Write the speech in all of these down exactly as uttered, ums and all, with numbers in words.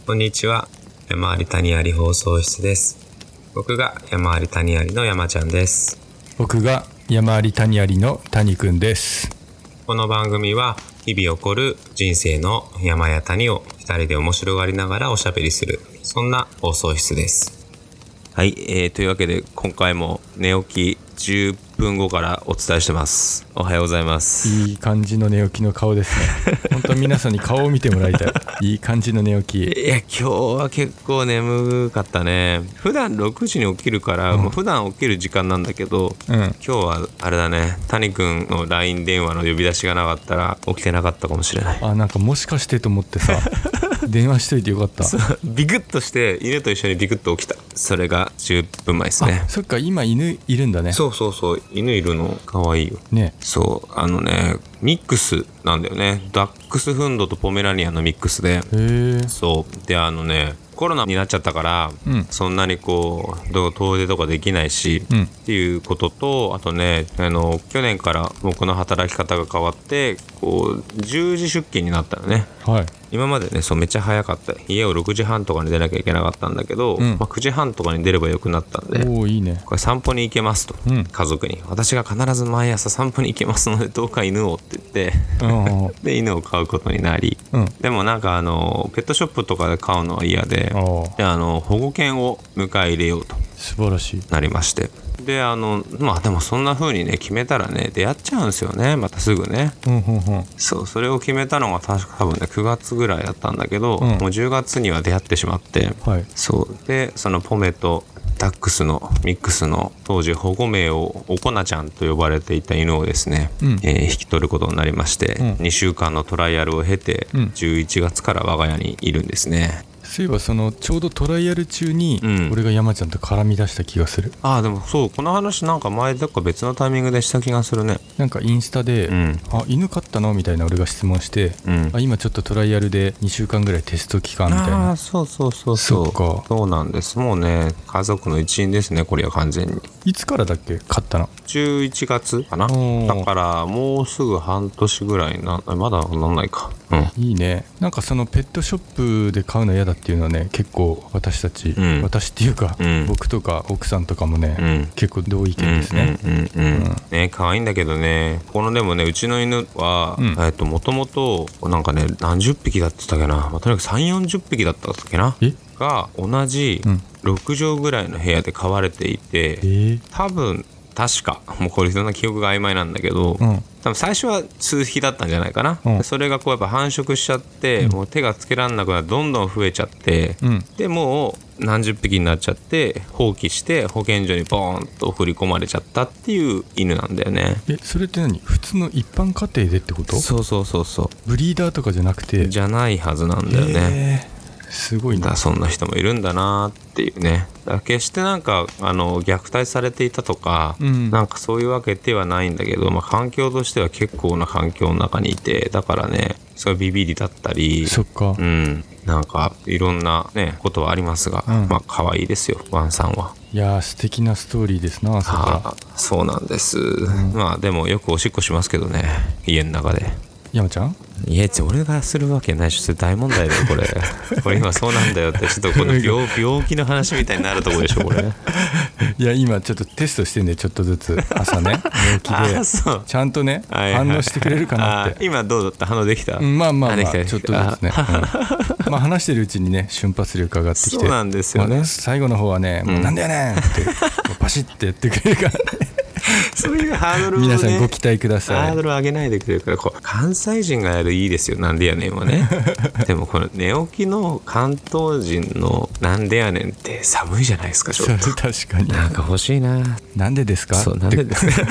こんにちは。山あり谷あり放送室です。僕が山あり谷ありの山ちゃんです。 僕が山あり谷ありの谷くんです。 この番組は日々起こる人生の山や谷をふたりで面白がりながらおしゃべりする、そんな放送室です。 はい、えー、というわけで今回も寝起きじゅっぷんごからお伝えしてます。おはようございます。 いい感じの寝起きの顔ですね。本当皆さんに顔を見てもらいたい。いい感じの寝起き。 いや今日は結構眠かったね。普段ろくじに起きるから、うん、もう普段起きる時間なんだけど、うん、今日はあれだね、谷くんの ライン 電話の呼び出しがなかったら起きてなかったかもしれない。 あ、なんかもしかしてと思ってさ電話しといてよかった。 ビクッとして犬と一緒にビクッと起きた。それがじゅっぷんまえですね。 あ、そっか、今犬いるんだね。 そうそうそう、犬いるのかわいいよね。 そう、あのねミックスなんだよね。ダックスフンドとポメラニアンのミックスで、 へー。 そうで、あのねコロナになっちゃったから、うん、そんなにこう遠出とかできないし、うん、っていうことと、あとね、あの去年から僕の働き方が変わってこうじゅうじ出勤になったのね。 はい。 今までね、そうめっちゃ早かった。家をろくじはんとかに出なきゃいけなかったんだけど、うん、まあ、くじはんとかに出ればよくなったんで、 おー、いいね。 これ散歩に行けますと、うん、家族に私が必ず毎朝散歩に行けますのでどうか犬をって言ってで犬を飼うことになり、うん、でもなんかあのペットショップとかで飼うのは嫌で、であの保護犬を迎え入れようと素晴らしいなりまして、であのまあでもそんな風にね決めたらね出会っちゃうんですよね、またすぐね、うんうんうん、そうそれを決めたのが確か多分ねくがつぐらいだったんだけど、うん、もうじゅうがつには出会ってしまって、はい、そうでそのポメとダックスのミックスの当時保護名をおこなちゃんと呼ばれていた犬をですね、うんえー、引き取ることになりまして、うん、にしゅうかんのトライアルを経て、うん、じゅういちがつから我が家にいるんですね。 そういえばそのちょうどトライアル中に俺が山ちゃんと絡み出した気がする、 うん、ああでもそうこの話なんか前どっか別のタイミングでした気がするね。 なんかインスタで、うん、あ犬飼ったのみたいな俺が質問して、うん、あ今ちょっとトライアルでにしゅうかんぐらいテスト期間みたいな。 あそうそうそうそうそうかそうなんです。もうね家族の一員ですねこれは完全に。 いつからだっけ飼ったの？ じゅういちがつかな。だからもうすぐ半年ぐらいな、まだなんないか、うん、 いいね。なんかそのペットショップで買うの嫌だっていうのはね結構私たち、うん、私っていうか、うん、僕とか奥さんとかもね、うん、結構同意見ですね。 ね可愛いんだけどね、このでもねうちの犬は、えっともともとなんかね何十匹だって言ったっけな、まあ、とにかくさんじゅうよんじゅっぴきだったっけなが同じろくじょうぐらいの部屋で飼われていて、うん、多分確かもうこれそんな記憶が曖昧なんだけど、うん、多分最初は数匹だったんじゃないかな、うん、それがこうやっぱ繁殖しちゃって、うん、もう手がつけられなくなってどんどん増えちゃって、うん、でもう何十匹になっちゃって放棄して保健所にボーンと振り込まれちゃったっていう犬なんだよね。 えそれって何、普通の一般家庭でってこと？ そうそうそうそう、 ブリーダーとかじゃなくて？じゃないはずなんだよね。 すごいな。 だそんな人もいるんだなっていうね。だから決してなんかあの虐待されていたとか、うん、なんかそういうわけではないんだけど、まあ、環境としては結構な環境の中にいて、だからねすごいビビりだったり、 そっか、 うん、なんかいろんなねことはありますが、うん、まあ可愛いですよワンさんは。 いやー素敵なストーリーですな。そあそうなんです、うん、まあでもよくおしっこしますけどね家の中で。 山ちゃん？ いや俺がするわけないし、それ大問題だよこれこれ今そうなんだよってちょっとこの 病, 病気の話みたいになるところでしょこれいや今ちょっとテストしてんでちょっとずつ朝ね寝起きでちゃんとね、はいはい、反応してくれるかなって。 今どうだった？反応できた？ まあまあまあちょっとずつね、うん、まあ話してるうちにね瞬発力上がってきて、 そうなんですよね、 まあ、最後の方はね、うん、もうなんだよねってパシッてやってくれるからねそういうハードルをね皆さんご期待ください。 ハードルを上げないでくれるから、こう関西人がやるいいですよなんでやねんはねでもこの寝起きの関東人のなんでやねんって寒いじゃないですか。ちょっと確かになんか欲しいな。 なんでですか？ そうなんでですか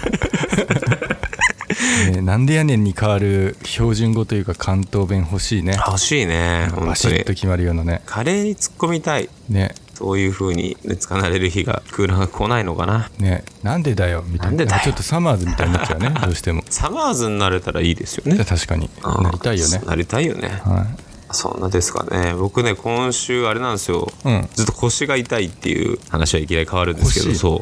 ね、なんでやねんに代わる標準語というか関東弁欲しいね。 欲しいね。 バシッと決まるようなね。 華麗に突っ込みたいね。そういう風に熱がなれる日がクーラーが来ないのかなね。なんでだよみたい な, なちょっとサマーズみたいになっちゃうねどうしてもサマーズになれたらいいですよね。 確かになりたいよね。 なりたいよね、はい、そんなですかね。僕ね今週あれなんですよ、うん、ずっと腰が痛いっていう話はいきなり変わるんですけど、そう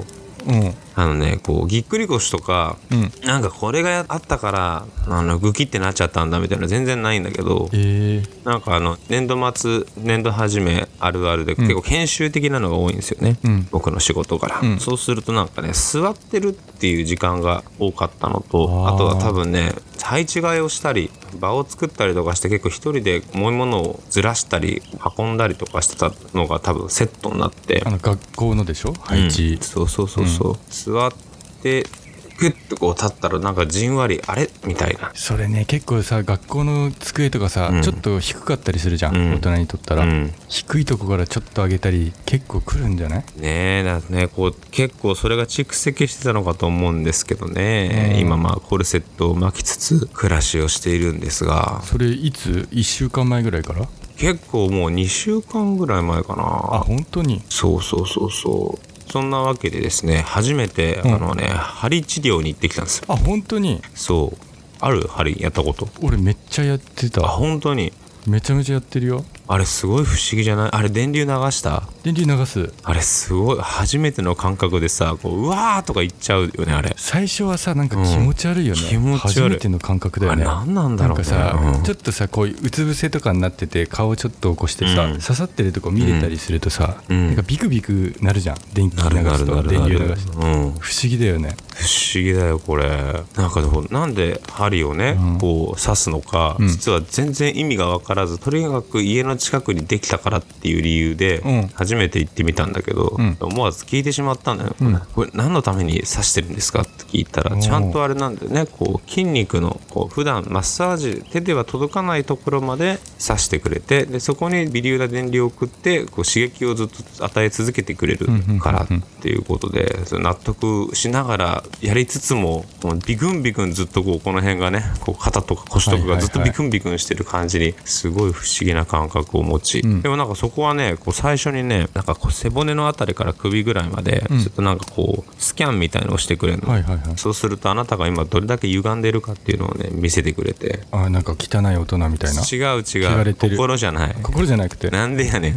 うん、 あのねこうぎっくり腰とか、うん、なんかこれがあったからあのグキってなっちゃったんだみたいな全然ないんだけど、 えー、 なんかあの年度末年度始めあるあるで結構研修的なのが多いんですよね、うん、僕の仕事から、うん、そうするとなんかね座ってるっていう時間が多かったのと、 あ, あとは多分ね配置替えをしたり場を作ったりとかして結構一人で重いものをずらしたり運んだりとかしてたのが多分セットになって、 あの学校のでしょ配置、 うん、そうそうそうそう、うん、座ってグッとこう立ったらなんかじんわりあれみたいな。 それね結構さ学校の机とかさ、うん、ちょっと低かったりするじゃん、うん、大人にとったら、うん、低いとこからちょっと上げたり結構くるんじゃない？ ねえだねこう結構それが蓄積してたのかと思うんですけどね、うん、今まあコルセットを巻きつつ暮らしをしているんですが。 それいついっしゅうかんまえぐらいから？ 結構もうにしゅうかんぐらい前かな。 あ本当に？ そうそうそうそう。そんなわけでですね初めて、うん、あのね針治療に行ってきたんですよ。 あ本当に？ そうある針やったこと？ 俺めっちゃやってた。 あ本当に？ めちゃめちゃやってるよ。 あれすごい不思議じゃない？あれ電流流した？ 電流流す。 あれすごい初めての感覚でさこううわーとか言っちゃうよね。あれ最初はさなんか気持ち悪いよね、うん、気持ち悪い初めての感覚だよね。 あれ何なんだろうね。 なんかさ、うん、ちょっとさこういううつ伏せとかになってて顔ちょっと起こしてさ、うん、刺さってるとこ見れたりするとさ、うん、なんかビクビクなるじゃん電気流すと電流流すと、うん、不思議だよね。 不思議だよこれ。なんかでもなんで針をね、うん、こう刺すのか、うん、実は全然意味が分からずとにかく家の近くにできたからっていう理由で初めて行ってみたんだけど、うん、思わず聞いてしまったんだよ、うん、これ何のために刺してるんですかって聞いたらちゃんとあれなんだよねこう筋肉のこう普段マッサージ手では届かないところまで刺してくれてでそこに微粒な電流を送ってこう刺激をずっと与え続けてくれるからっていうことで納得しながらやりつつもビクンビクンずっとこうこの辺がねこう肩とか腰とかがずっとビクンビクンしてる感じにすごい不思議な感覚を持ち、うん、でもなんかそこはねこう最初にねなんかこう背骨のあたりから首ぐらいまでちょっとなんかこうスキャンみたいのをしてくれるの、はいはいはい、そうするとあなたが今どれだけ歪んでるかっていうのをね見せてくれて。 あなんか汚い大人みたいな。 違う違う心じゃない心じゃなくてなんでやねんい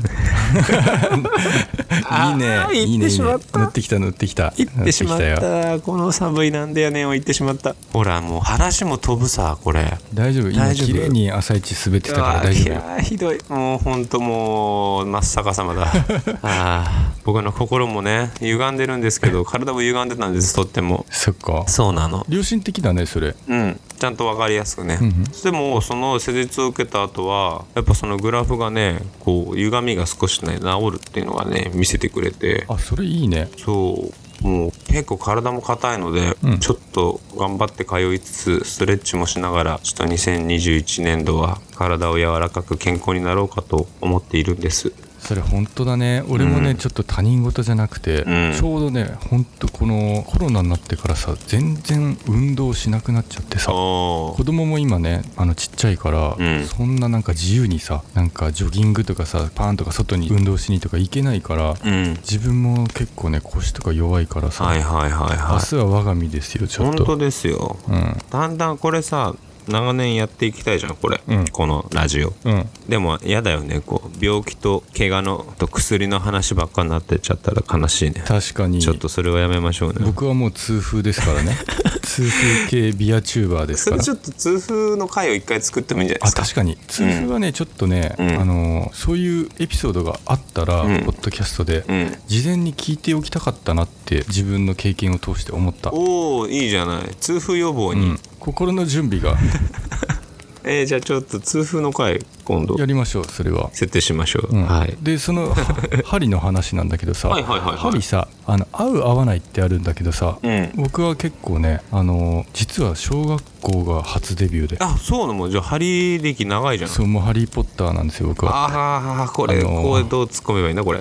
いねいいねいいね乗ってきた乗ってきた行ってしまったこの寒いなんでやねんを言ってしまった。ほらもう話も飛ぶさこれ。 大丈夫今綺麗に朝一滑ってたから大丈夫。 いやひどいもうほんともう真っ逆さまだあ僕の心もね歪んでるんですけど体も歪んでたんですとっても。 そっかそうなの。 良心的だねそれ。 うんちゃんと分かりやすくね、うんうん、でもその施術を受けた後はやっぱそのグラフがねこう歪みが少しね治るっていうのがね見せてくれて。 あそれいいね。 そうもう結構体も硬いので、うん、ちょっと頑張って通いつつストレッチもしながらちょっとにせんにじゅういちねんどは体を柔らかく健康になろうかと思っているんです。 それ本当だね。俺もね、うん、ちょっと他人事じゃなくて、うん、ちょうどね本当このコロナになってからさ全然運動しなくなっちゃってさ子供も今ねあのちっちゃいから、うん、そんななんか自由にさなんかジョギングとかさパーンとか外に運動しにとか行けないから、うん、自分も結構ね腰とか弱いからさ、はいはいはいはい、明日は我が身ですよちょっと。 本当ですよ、うん、だんだんこれさ長年やっていきたいじゃんこれ、うん、このラジオ、うん、でも嫌だよねこう病気と怪我のと薬の話ばっかになってっちゃったら悲しいね。 確かにちょっとそれはやめましょうね。 僕はもう痛風ですからね痛風系ビアチューバーですから。 それちょっと痛風の回を一回作ってもいいんじゃないですか。 あ確かに痛風はね、うん、ちょっとね、うん、あのそういうエピソードがあったら、うん、ポッドキャストで、うん、事前に聞いておきたかったなって自分の経験を通して思った。 おーいいじゃない痛風予防に、うん、 心の準備がえー、じゃあちょっと痛風の回今度やりましょう。それは設定しましょう、 うんはい、 でその針の話なんだけどさはいはいはい、はい、針さあの合う合わないってあるんだけどさ、うん、僕は結構ねあの実は小学校が初デビューで。 あそうなの。じゃあ針歴長いじゃん。 そうもうハリーポッターなんですよ僕は。 ああこれ、あのー、こうどう突っ込めばいいんだこれ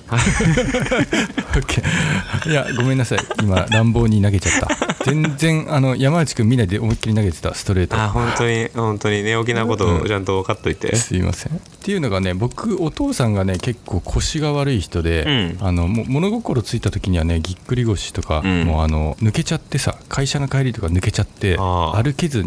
いやごめんなさい今乱暴に投げちゃった全然あの山内くん見ないで思いっきり投げてたストレート。 あ本当に本当に寝起きなことをちゃんと分かっといて、うん、 すいません。っていうのがね僕お父さんがね結構腰が悪い人で、うん、あのも物心ついた時にはねぎっくり腰とか、うん、もうあの抜けちゃってさ会社の帰りとか抜けちゃって歩けずに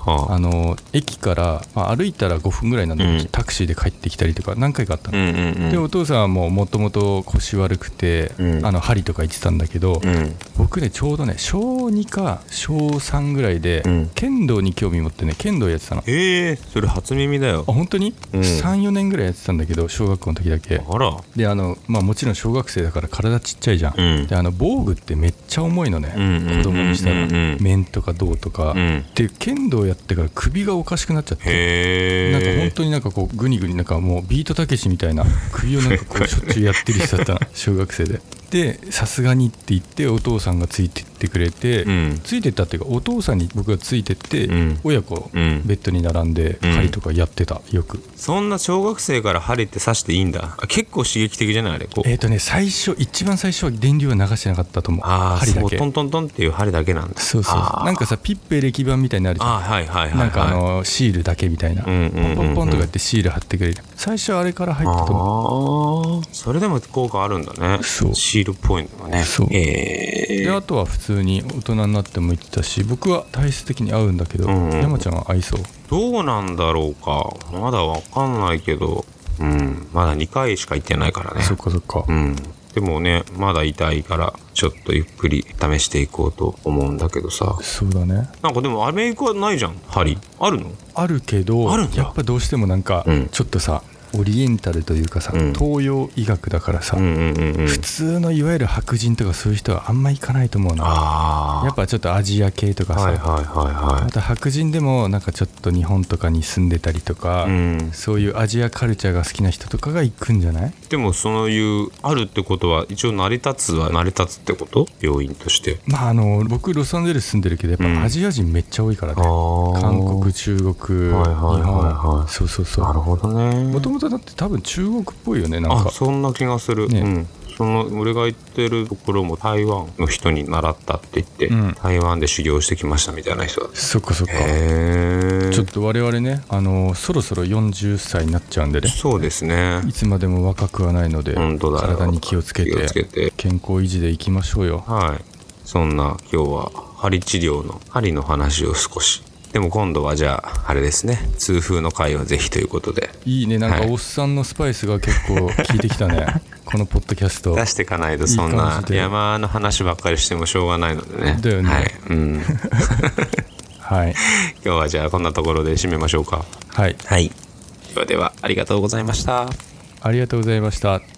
はあ、あの駅から、まあ、歩いたらごふんぐらいなんだけど、うん、タクシーで帰ってきたりとか何回かあったの、うんうんうん、でお父さんはもうもともと腰悪くて、うん、あの針とか行ってたんだけど、うん、僕ねちょうどねしょうにかしょうさんぐらいで、うん、剣道に興味持ってね剣道やってたの。 へえ、それ初耳だよ。 あ本当に、うん、さんよねんぐらいやってたんだけど小学校の時だけ。 あら。 であの、まあ、もちろん小学生だから体ちっちゃいじゃん、うん、であの防具ってめっちゃ重いのね、うんうんうんうん、子供にしたら面とか銅とか、うん、で剣道やってから首がおかしくなっちゃって、へなんか本当になんかこうグニグニなんかもうビートたけしみたいな首をなんかこうしょっちゅうやってる人だったの小学生で。でさすがにって言ってお父さんがついてってくれて、うん、ついてったっていうかお父さんに僕がついてって、うん、親子、うん、ベッドに並んで針とかやってたよく。 そんな小学生から針って刺していいんだ。結構刺激的じゃないあれ。こうえっ、ー、とね最初一番最初は電流は流してなかったと思う。 あ針だけそうトントントンっていう針だけなんだ。 そうそうなんかさピッペ歴版みたいになるじゃん。あ、はいはいはいはい、なんかあのシールだけみたいな、うんうんうんうん、ポンポンポンとかやってシール貼ってくれる。最初あれから入ったと思う。 あそれでも効果あるんだね。そうシールっぽいのね。 そう、えー、であとは普通に大人になっても言ってたし僕は体質的に合うんだけど、うんうん、山ちゃんは合いそう？ どうなんだろうかまだわかんないけど、うん、まだにかいしか行ってないからね。 そっかそっか、 うん、でもねまだ痛いからちょっとゆっくり試していこうと思うんだけどさ。 そうだね。 なんかでもアメリカはないじゃん針。あるの？ あるけどあるんだ。やっぱどうしてもなんかちょっとさ、うんオリエンタルというかさ、うん、東洋医学だからさ、うんうんうんうん、普通のいわゆる白人とかそういう人はあんま行かないと思うな。あやっぱちょっとアジア系とかさ、はいはいはいはい、また白人でもなんかちょっと日本とかに住んでたりとか、うん、そういうアジアカルチャーが好きな人とかが行くんじゃない？ でもそういうあるってことは一応成り立つは成り立つってこと？病院として。 まああの僕ロサンゼルス住んでるけどやっぱアジア人めっちゃ多いからね、うん、韓国中国、はいはいはいはい、日本そうそうそう。 なるほどね。 もともとだって多分中国っぽいよねなんか。 あそんな気がする、ねうん、その俺が行ってるところも台湾の人に習ったって言って、うん、台湾で修行してきましたみたいな人だった。 そっかそっか。へちょっと我々ねあのそろそろよんじゅっさいになっちゃうんでね。 そうですね。 いつまでも若くはないので本当だ体に気をつけて、気をつけて健康維持でいきましょうよ。 はい。そんな今日は針治療の針の話を少し。でも今度はじゃああれですね痛風の回はぜひということで。 いいねなんかおっさんのスパイスが結構効いてきたね、はい、このポッドキャスト出していかないとそんな山の話ばっかりしてもしょうがないのでね。 だよね。 はい、うんはい、 今日はじゃあこんなところで締めましょうか。 はい、 はい、ではではありがとうございました。 ありがとうございました。